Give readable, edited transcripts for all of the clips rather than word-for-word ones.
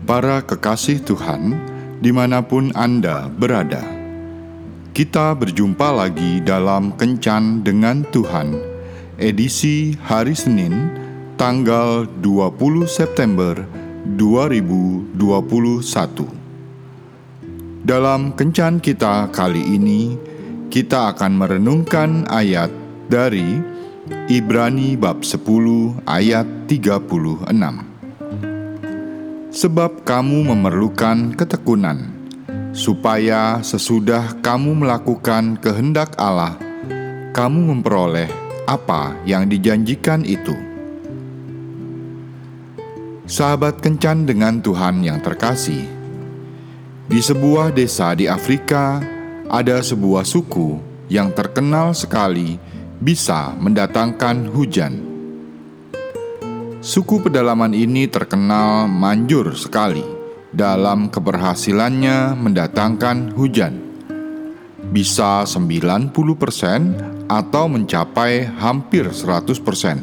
Para kekasih Tuhan, dimanapun Anda berada, kita berjumpa lagi dalam Kencan dengan Tuhan, edisi hari Senin, tanggal 20 September 2021. Dalam Kencan kita kali ini, kita akan merenungkan ayat dari Ibrani bab 10 ayat 36. Sebab kamu memerlukan ketekunan, supaya sesudah kamu melakukan kehendak Allah, kamu memperoleh apa yang dijanjikan itu. Sahabat Kencan dengan Tuhan yang terkasih, di sebuah desa di Afrika, ada sebuah suku yang terkenal sekali bisa mendatangkan hujan. Suku pedalaman ini terkenal manjur sekali dalam keberhasilannya mendatangkan hujan. Bisa 90% atau mencapai hampir 100%.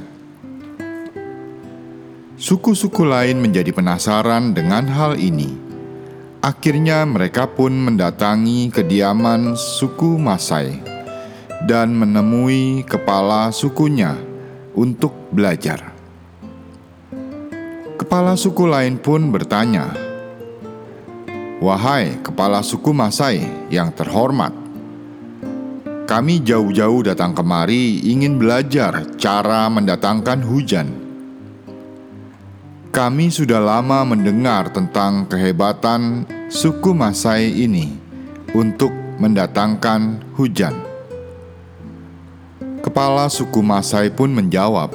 Suku-suku lain menjadi penasaran dengan hal ini. Akhirnya mereka pun mendatangi kediaman suku Masai dan menemui kepala sukunya untuk belajar. Kepala suku lain pun bertanya, "Wahai kepala suku Masai yang terhormat, kami jauh-jauh datang kemari ingin belajar cara mendatangkan hujan. Kami sudah lama mendengar tentang kehebatan suku Masai ini untuk mendatangkan hujan." Kepala suku Masai pun menjawab,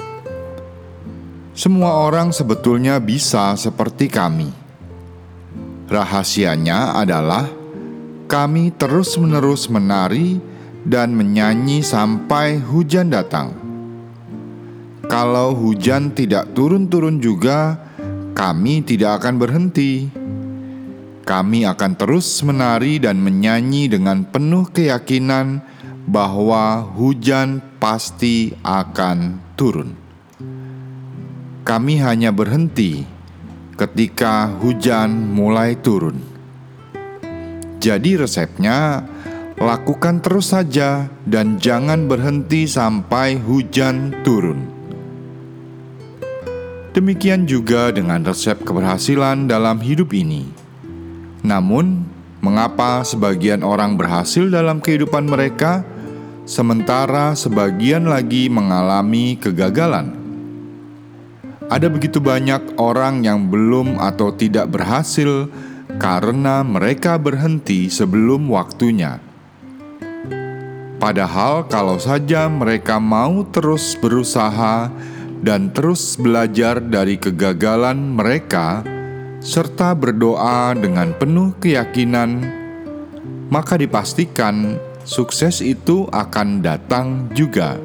"Semua orang sebetulnya bisa seperti kami. Rahasianya adalah kami terus-menerus menari dan menyanyi sampai hujan datang. Kalau hujan tidak turun-turun juga, kami tidak akan berhenti. Kami akan terus menari dan menyanyi dengan penuh keyakinan bahwa hujan pasti akan turun. Kami hanya berhenti ketika hujan mulai turun. Jadi resepnya, lakukan terus saja dan jangan berhenti sampai hujan turun." Demikian juga dengan resep keberhasilan dalam hidup ini. Namun, mengapa sebagian orang berhasil dalam kehidupan mereka, sementara sebagian lagi mengalami kegagalan? Ada begitu banyak orang yang belum atau tidak berhasil karena mereka berhenti sebelum waktunya. Padahal kalau saja mereka mau terus berusaha dan terus belajar dari kegagalan mereka, serta berdoa dengan penuh keyakinan, maka dipastikan sukses itu akan datang juga.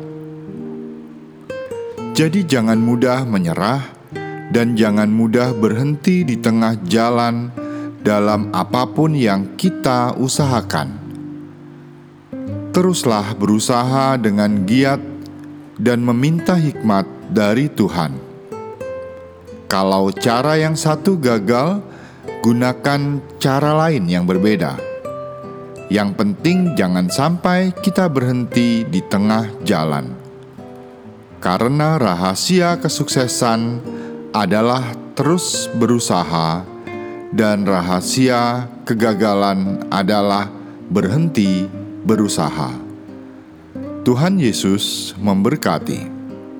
Jadi jangan mudah menyerah dan jangan mudah berhenti di tengah jalan dalam apapun yang kita usahakan. Teruslah berusaha dengan giat dan meminta hikmat dari Tuhan. Kalau cara yang satu gagal, gunakan cara lain yang berbeda. Yang penting jangan sampai kita berhenti di tengah jalan. Karena rahasia kesuksesan adalah terus berusaha, dan rahasia kegagalan adalah berhenti berusaha. Tuhan Yesus memberkati.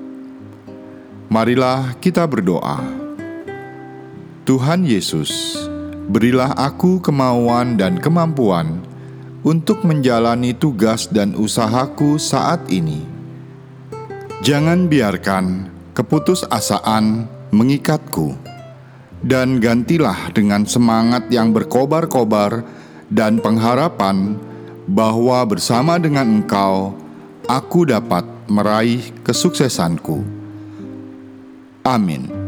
Marilah kita berdoa. Tuhan Yesus, berilah aku kemauan dan kemampuan untuk menjalani tugas dan usahaku saat ini. Jangan biarkan keputusasaan mengikatku, dan gantilah dengan semangat yang berkobar-kobar dan pengharapan bahwa bersama dengan Engkau, aku dapat meraih kesuksesanku. Amin.